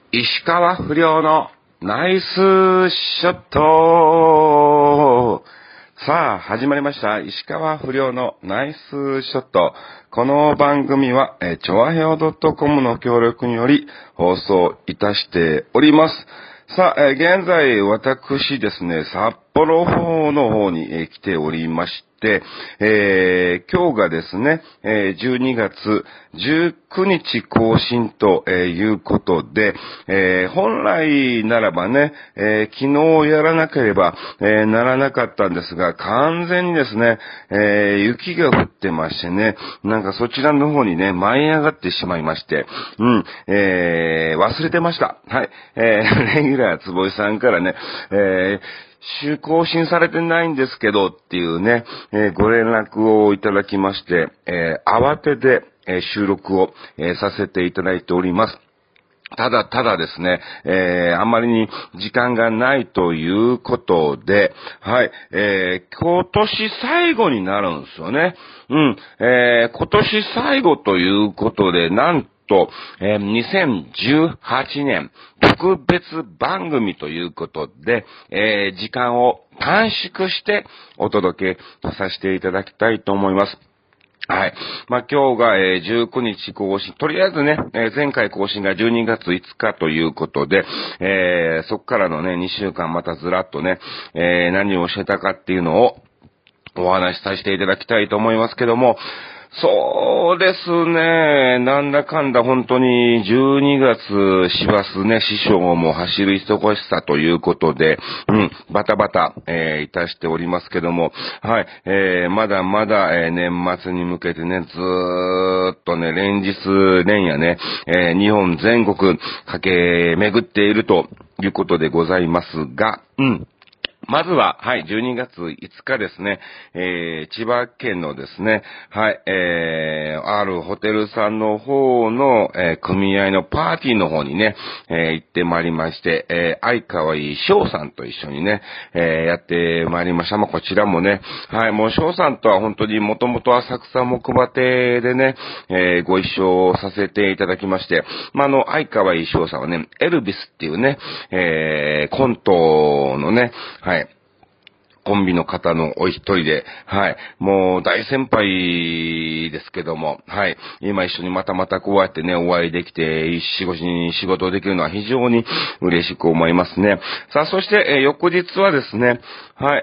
石川不良のナイスショット。さあ、始まりました。石川不良のナイスショット。この番組は、ちょわへお .com の協力により放送いたしております。さあ、現在私ですね、札幌の方に、来ておりまして、今日がですね、12月19日更新ということで、本来ならばね、昨日やらなければ、ならなかったんですが、完全にですね、雪が降ってましてね、なんかそちらの方にね、舞い上がってしまいまして、忘れてました。はい。レギュラー坪井さんからね、更新されてないんですけどっていうね、ご連絡をいただきまして、慌てて、収録を、させていただいております。ただですね、あんまりに時間がないということで、はい、今年最後になるんですよね。今年最後ということで、なんと、2018年特別番組ということで、時間を短縮してお届けさせていただきたいと思います。はい。今日が、19日更新。とりあえずね、前回更新が12月5日ということで、そこからのね、2週間またずらっとね、何をしてたかっていうのをお話しさせていただきたいと思いますけども、そうですね。なんだかんだ本当に12月師走ね、師匠も走る忙しさということで、バタバタ、いたしておりますけども、はい、まだまだ、年末に向けてね、ずーっとね、連夜ね、日本全国駆け巡っているということでございますが、まずは、はい、12月5日ですね、千葉県のですね、はい、あるホテルさんの方の、組合のパーティーの方にね、行ってまいりまして、相川井翔さんと一緒にね、やってまいりました。こちらもね、はい、もう翔さんとは本当にもともと浅草木馬亭でね、ご一緒させていただきまして、相川井翔さんはね、エルビスっていうね、コントのね、はい、コンビの方のお一人で、はい、もう大先輩ですけども、はい、今一緒にまたこうやってね、お会いできて、仕事できるのは非常に嬉しく思いますね。さあ、そして、翌日はですね、はい、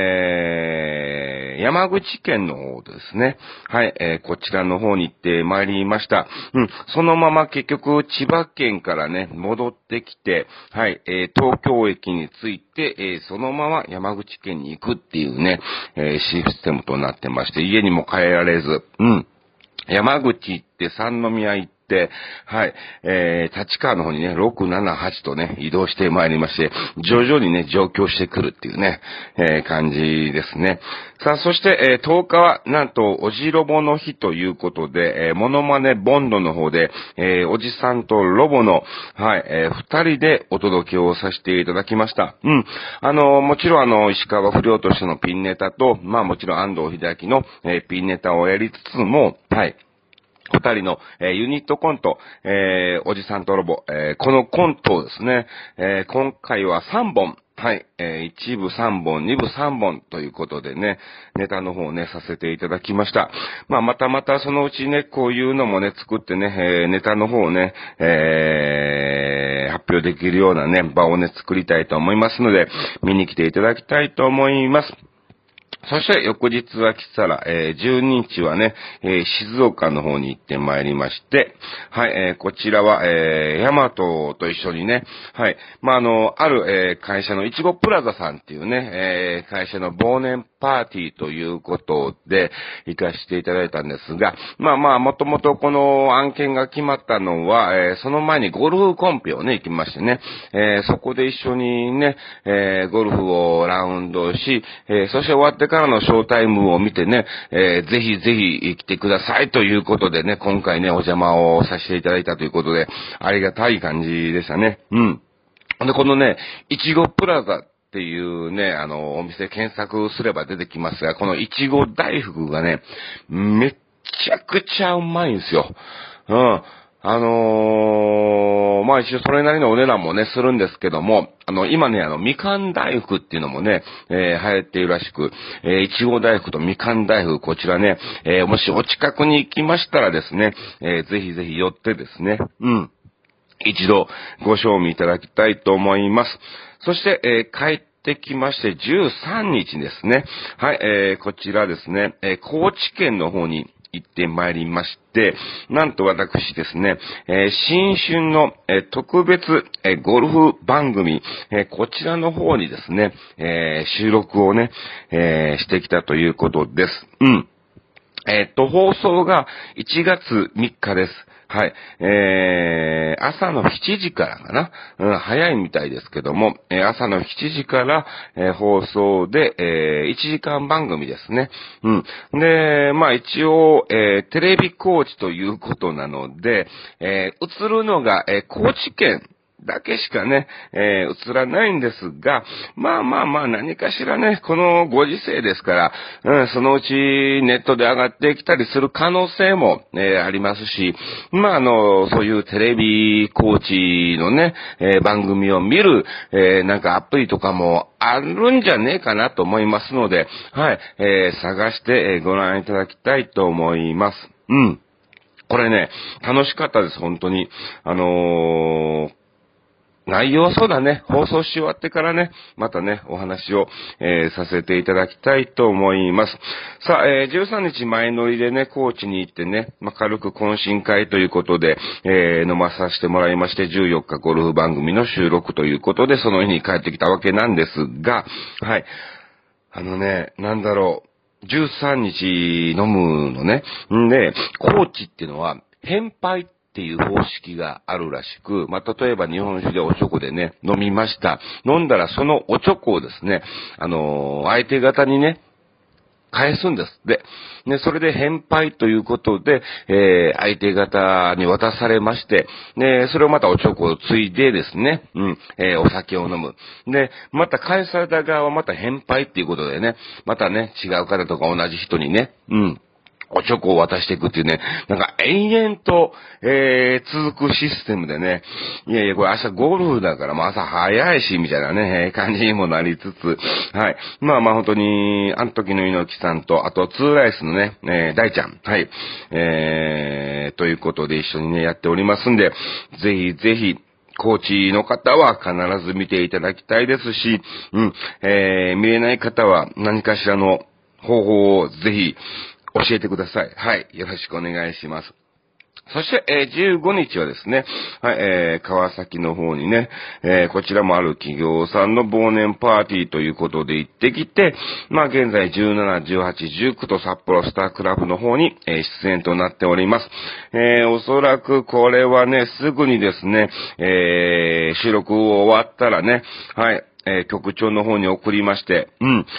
山口県の方ですね、はい、こちらの方に行ってまいりました。そのまま結局千葉県からね、戻ってきて、はい、東京駅に着いて、そのまま山口県に行くっていうね、システムとなってまして、家にも帰られず、山口行って三宮行って、はい、立川の方にね、6、7、8とね、移動してまいりまして、徐々にね、上京してくるっていうね、感じですね。さあ、そして、10日は、なんと、おじロボの日ということで、モノマネボンドの方で、おじさんとロボの、はい、2人でお届けをさせていただきました。もちろん石川不良としてのピンネタと、もちろん安藤秀明の、ピンネタをやりつつも、はい、二人の、ユニットコント、おじさんとロボ、このコントをですね、今回は3本、はい、1部3本、2部3本ということでね、ネタの方をね、させていただきました。またそのうちね、こういうのもね、作ってね、ネタの方をね、発表できるようなね、場をね、作りたいと思いますので、見に来ていただきたいと思います。そして翌日は来たら、12日はね、静岡の方に行ってまいりまして、はい、こちらは、ヤマトと一緒にね、はい、ある、会社のいちごプラザさんっていうね、会社の忘年パーティーということで行かせていただいたんですが、もともとこの案件が決まったのは、その前にゴルフコンペをね、行きましてね、そこで一緒にね、ゴルフをラウンドし、そして終わってからのショータイムを見てね、ぜひぜひ来てくださいということでね、今回ね、お邪魔をさせていただいたということで、ありがたい感じでしたね。で、このね、いちごプラザっていうね、お店検索すれば出てきますが、このいちご大福がね、めっちゃくちゃうまいんですよ。 まあ一応それなりのお値段もね、するんですけども、今ね、みかん大福っていうのもね、流行っているらしく、いちご大福とみかん大福、こちらね、もしお近くに行きましたらですね、ぜひぜひ寄ってですね、一度ご賞味いただきたいと思います。そして、帰ってきまして13日ですね。はい、こちらですね、高知県の方に行ってまいりまして、なんと私ですね、新春の、特別、ゴルフ番組、こちらの方にですね、収録をね、してきたということです。放送が1月3日です。はい。朝の7時からかな。早いみたいですけども、朝の7時から、放送で、1時間番組ですね。で、まあ一応、テレビ高知ということなので、映るのが、高知県だけしかね、映らないんですが、まあ何かしらね、このご時世ですから、そのうちネットで上がってきたりする可能性も、ありますし、まあそういうテレビコーチのね、番組を見る、なんかアプリとかもあるんじゃねえかなと思いますので、はい、探して、ご覧いただきたいと思います。これね、楽しかったです、本当に。内容はそうだね、放送し終わってからね、またね、お話を、させていただきたいと思います。さあ、13日前乗りでね、高知に行ってね、軽く懇親会ということで、飲まさせてもらいまして、14日ゴルフ番組の収録ということで、その日に帰ってきたわけなんですが、はい。なんだろう、13日飲むのね。で、高知っていうのは、返杯っていう方式があるらしく、例えば日本酒でおちょこでね、飲みました。飲んだらそのおちょこをですね、相手方にね、返すんです。で、それで返杯ということで、相手方に渡されまして、それをまたおちょこをついでですね、お酒を飲む。で、また返された側はまた返杯っていうことでね、またね、違う方とか同じ人にね、おちょこを渡していくっていうね、なんか延々と、続くシステムでね、いやいや、これ明日ゴルフだから、朝早いし、みたいなね、感じにもなりつつ、はい。本当に、あの時の猪木さんと、あと、ツーライスのね、大ちゃん、はい。ということで一緒にね、やっておりますんで、ぜひぜひ、コーチの方は必ず見ていただきたいですし、見れない方は何かしらの方法をぜひ、教えてください。はい。よろしくお願いします。そして、15日はですね、はい、川崎の方にね、こちらもある企業さんの忘年パーティーということで行ってきて、現在17、18、19と札幌スタークラブの方に、出演となっております。おそらくこれはね、すぐにですね、収録終わったらね、はい、局長の方に送りまして、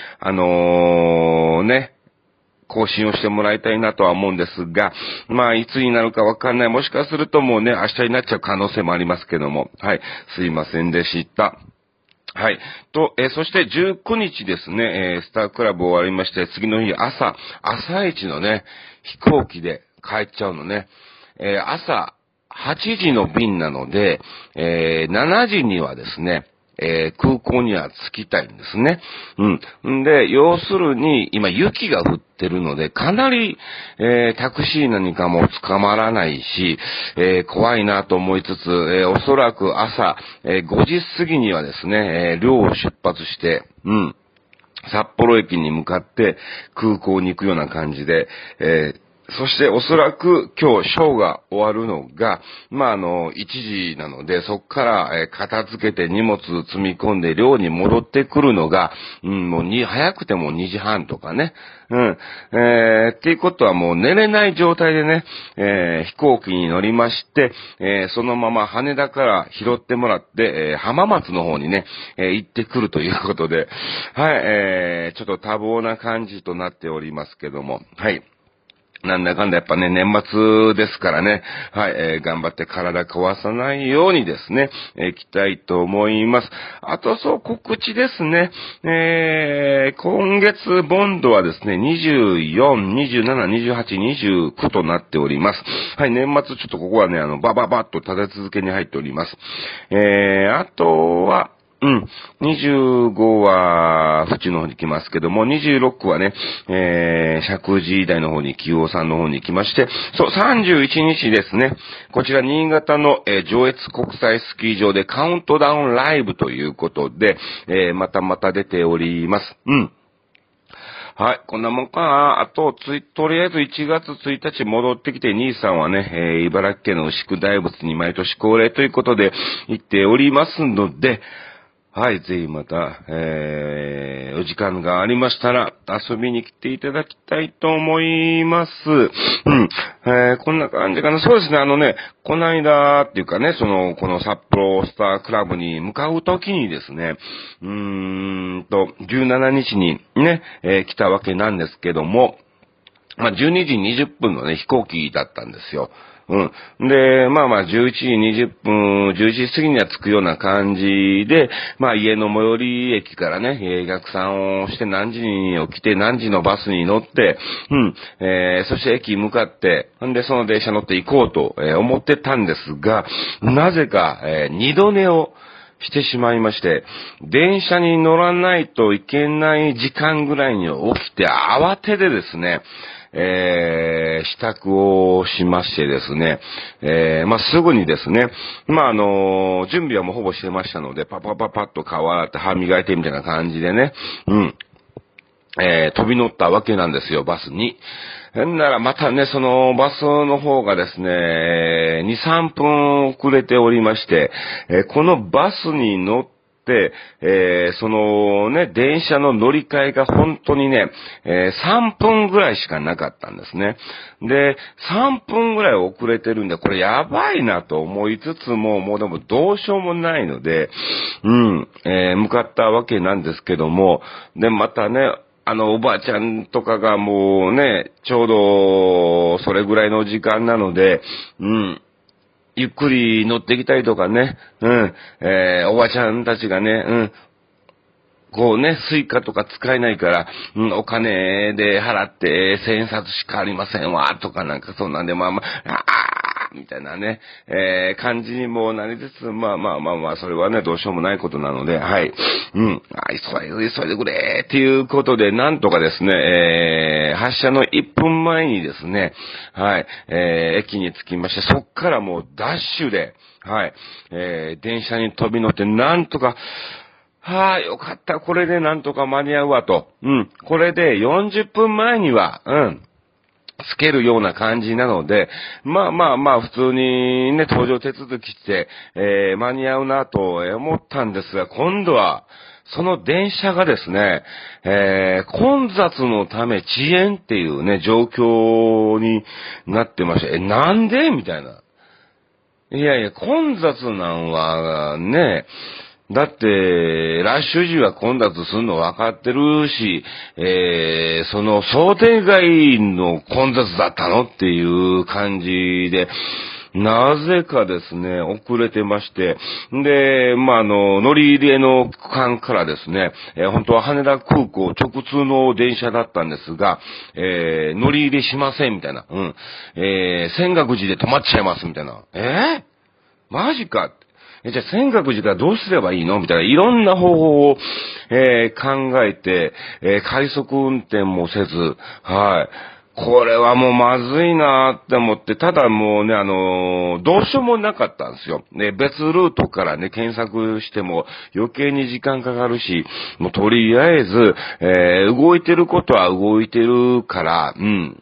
更新をしてもらいたいなとは思うんですが、いつになるかわかんない。もしかするともうね、明日になっちゃう可能性もありますけども。はい。すいませんでした。はい。そして19日ですね、スタークラブ終わりまして、次の日朝一のね、飛行機で帰っちゃうのね。朝8時の便なので、7時にはですね、空港には着きたいんですね。で、要するに、今雪が降ってるので、かなり、タクシー何かも捕まらないし、怖いなと思いつつ、おそらく朝、5時過ぎにはですね、寮を出発して、札幌駅に向かって空港に行くような感じで、そしておそらく今日ショーが終わるのが、1時なので、そこから、片付けて荷物積み込んで寮に戻ってくるのが、もう早くても2時半とかね。っていうことはもう寝れない状態でね、飛行機に乗りまして、そのまま羽田から拾ってもらって、浜松の方にね、行ってくるということで、はい、ちょっと多忙な感じとなっておりますけども、はい。 なんだかんだやっぱね、年末ですからね、はい、頑張って体壊さないようにですね、行きたいと思います。あとそう、告知ですね。今月ボンドはですね、24、27、28、29となっております。はい、年末ちょっとここはね、バババッと立て続けに入っております。あとは、25は、府中の方に行きますけども、26はね、石神井台の方に、清尾さんの方に行きまして、そう、31日ですね、こちら新潟の、上越国際スキー場でカウントダウンライブということで、また出ております。はい、こんなもんかな。あと、とりあえず1月1日戻ってきて、兄さんはね、茨城県の牛久大仏に毎年恒例ということで行っておりますので、はい、ぜひまた、お時間がありましたら遊びに来ていただきたいと思います。こんな感じかな。そうですね、この間っていうかね、この札幌スタークラブに向かうときにですね、17日にね、来たわけなんですけども、12時20分のね、飛行機だったんですよ。で、11時20分、11時過ぎには着くような感じで、家の最寄り駅からね、逆算をして何時に起きて何時のバスに乗って、そして駅に向かって、で、その電車乗って行こうと、思ってたんですが、なぜか、二度寝をしてしまいまして、電車に乗らないといけない時間ぐらいに起きて慌てでですね、支度をしましてですね、すぐにですね、準備はもうほぼしてましたので、パッと顔洗って歯磨いてみたいな感じでね、飛び乗ったわけなんですよ、バスに。ならまたね、そのバスの方がですね、2、3分遅れておりまして、このバスに乗って、そのね、電車の乗り換えが本当にね、3分ぐらいしかなかったんですね。で、3分ぐらい遅れてるんで、これやばいなと思いつつも、もうでもどうしようもないので、向かったわけなんですけども、で、またね、おばあちゃんとかがもうね、ちょうど、それぐらいの時間なので、ゆっくり乗ってきたりとかね、おばちゃんたちがね、こうね、スイカとか使えないから、お金で払って1000円札しかありませんわ、とかなんかそんなんで、みたいなね、感じにもなりつつ、それはね、どうしようもないことなので、はい。急いでくれっていうことで、なんとかですね、発車の1分前にですね、はい、駅に着きまして、そっからもうダッシュで、はい、電車に飛び乗って、なんとか、よかった。これでなんとか間に合うわと。これで40分前には、つけるような感じなので、普通にね、搭乗手続きして、間に合うなと思ったんですが、今度は、その電車がですね、混雑のため遅延っていうね、状況になってまして、なんでみたいな。いやいや、混雑なんはね、だって、ラッシュ時は混雑するの分かってるし、その想定外の混雑だったのっていう感じで、なぜかですね、遅れてまして、で、乗り入れの区間からですね、本当は羽田空港直通の電車だったんですが、乗り入れしませんみたいな、泉岳寺で止まっちゃいますみたいな、マジかじゃあ、泉岳寺からどうすればいいのみたいな、いろんな方法を、考えて、快速運転もせず、はい。これはもうまずいなって思って、ただもうね、どうしようもなかったんですよ。ね、別ルートからね、検索しても余計に時間かかるし、もうとりあえず、動いてることは動いてるから、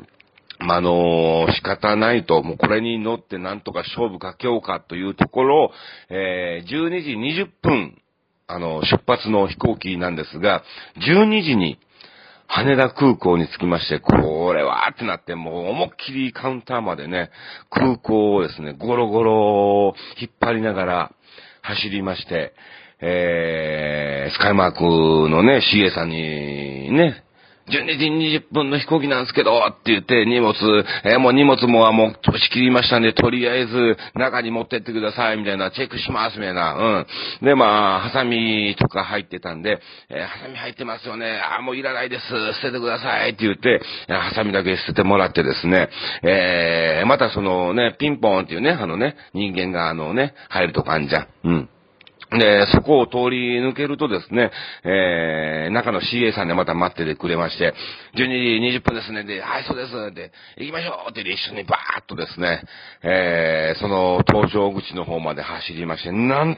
仕方ないと、もうこれに乗ってなんとか勝負かけようかというところ、12時20分、出発の飛行機なんですが、12時に羽田空港に着きまして、これはってなって、もう思いっきりカウンターまでね、空港をですね、ゴロゴロ引っ張りながら走りまして、スカイマークのね、CA さんにね、 12時20分の飛行機なんですけど、って言って荷物、もう荷物も押し切りましたんで、とりあえず中に持ってってください、みたいな、チェックします、みたいな、で、ハサミとか入ってたんで、ハサミ入ってますよね、もういらないです、捨ててください、って言って、ハサミだけ捨ててもらってですね、またそのね、ピンポンっていうね、人間が入るとこあんじゃん。で、そこを通り抜けるとですね、中の CA さんでまた待っててくれまして、12時20分ですね、で、はい、そうです、で、行きましょうって一緒にバーッとですね、その搭乗口の方まで走りまして、なん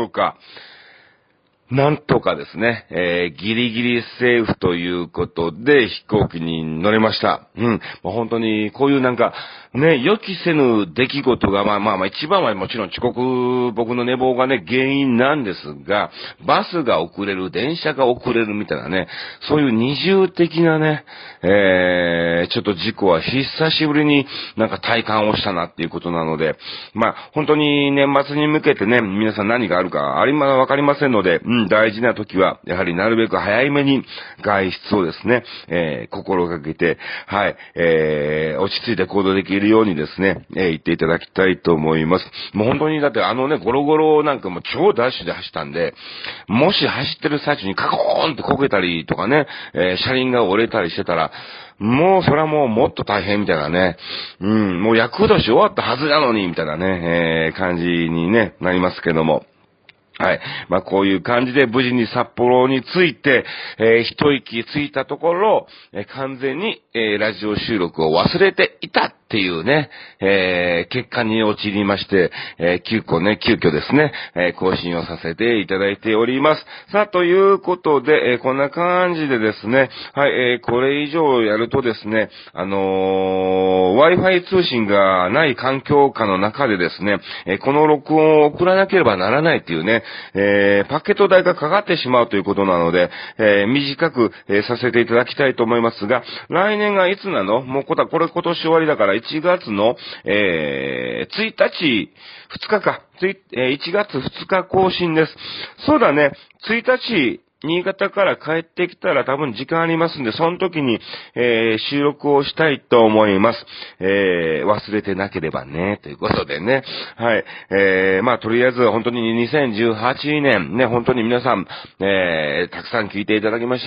とかですね、ギリギリセーフということで飛行機に乗れました。もう本当にこういう予期せぬ出来事が、一番はもちろん遅刻、僕の寝坊がね、原因なんですが、バスが遅れる、電車が遅れるみたいなね、そういう二重的なね、ちょっと事故は久しぶりに体感をしたなっていうことなので、本当に年末に向けてね、皆さん何があるかわかりませんので、大事な時は、やはりなるべく早めに外出をですね、心がけて、はい、落ち着いて行動できるようにですね、言っていただきたいと思います。もう本当にだってゴロゴロなんかも超ダッシュで走ったんで、もし走ってる最中にカコーンってこけたりとかね、車輪が折れたりしてたら、もうそれはもっと大変みたいなね、もう厄年終わったはずなのに、みたいなね、感じにね、なりますけども。はい。こういう感じで無事に札幌に着いて、一息ついたところ、完全に、ラジオ収録を忘れていたっていうね、結果に陥りまして、急遽ですね、更新をさせていただいております。さあ、ということで、こんな感じでですね、はい、これ以上やるとですね、Wi-Fi 通信がない環境下の中でですね、この録音を送らなければならないっていうね、パケット代がかかってしまうということなので、短く、させていただきたいと思いますが、来年がいつなの？もうこれ今年終わりだから1月の、1日、2日か、1月2日更新です。そうだね、1日、新潟から帰ってきたら多分時間ありますんで、その時に、収録をしたいと思います。忘れてなければね、ということでね。はい。とりあえず本当に2018年ね、本当に皆さん、たくさん聞いていただきまして、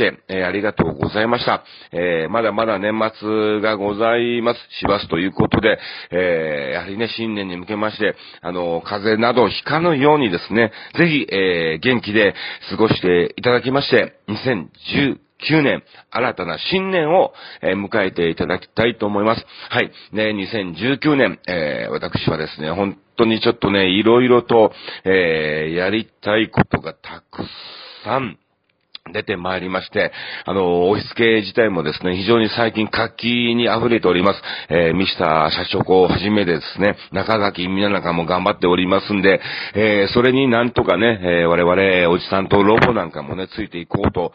ありがとうございました。まだまだ年末がございます。しますということで、やはりね、新年に向けまして、風邪などひかぬようにですね、ぜひ、元気で過ごしていただきまして、2019年、新たな新年を、迎えていただきたいと思います。はい。ね、2019年、私はですね、本当にちょっとね、いろいろと、やりたいことがたくさん、出てまいりまして、オフィス系自体もですね、非常に最近活気に溢れております。ミスター社長をはじめですね、中垣みななかも頑張っておりますんで、それになんとかね、我々、おじさんとロボなんかもね、ついていこうと、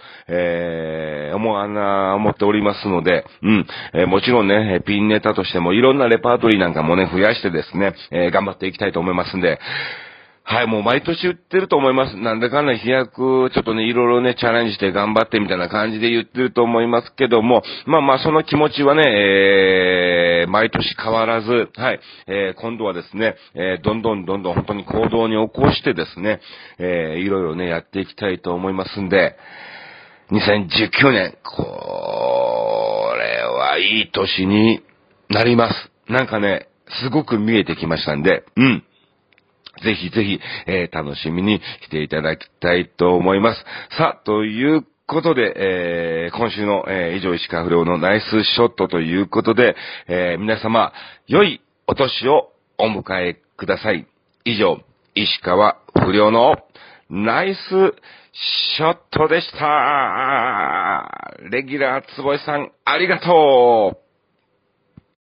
思っておりますので、もちろんね、ピンネタとしてもいろんなレパートリーなんかもね、増やしてですね、頑張っていきたいと思いますんで、はい、もう毎年言ってると思います。なんだかんだ飛躍、ちょっとね、いろいろね、チャレンジして頑張ってみたいな感じで言ってると思いますけども、その気持ちはね、毎年変わらず、はい、今度はですね、どんどん本当に行動に起こしてですね、いろいろね、やっていきたいと思いますんで、2019年、これはいい年になります。なんかね、すごく見えてきましたんで、ぜひぜひ、楽しみにしていただきたいと思います。さあ、ということで、今週の、以上石川不良のナイスショットということで、皆様、良いお年をお迎えください。以上、石川不良のナイスショットでした。レギュラー坪井さん、ありがとう。